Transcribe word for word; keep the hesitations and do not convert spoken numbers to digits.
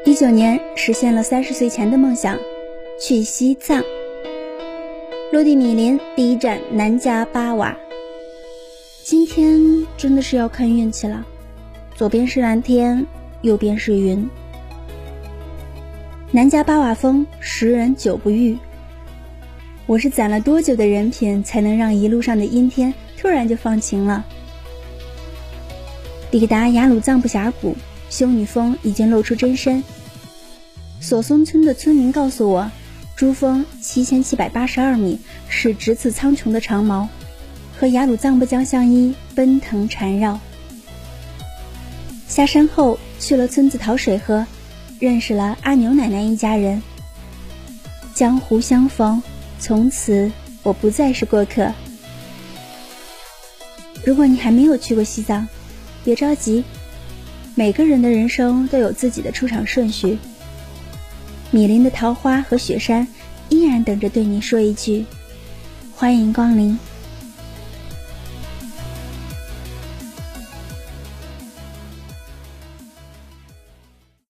一九年实现了三十岁前的梦想，去西藏。落地米林第一站南迦巴瓦。今天真的是要看运气了，左边是蓝天，右边是云。南迦巴瓦峰，十人九不遇。我是攒了多久的人品，才能让一路上的阴天突然就放晴了？抵达雅鲁藏布峡谷，修女峰已经露出真身。索松村的村民告诉我，珠峰七千七百八十二米，是直刺苍穹的长矛，和雅鲁藏布江相依，奔腾缠绕。下山后去了村子讨水喝，认识了阿牛奶奶一家人。江湖相逢，从此我不再是过客。如果你还没有去过西藏，别着急，每个人的人生都有自己的出场顺序。米林的桃花和雪山依然等着对你说一句：欢迎光临。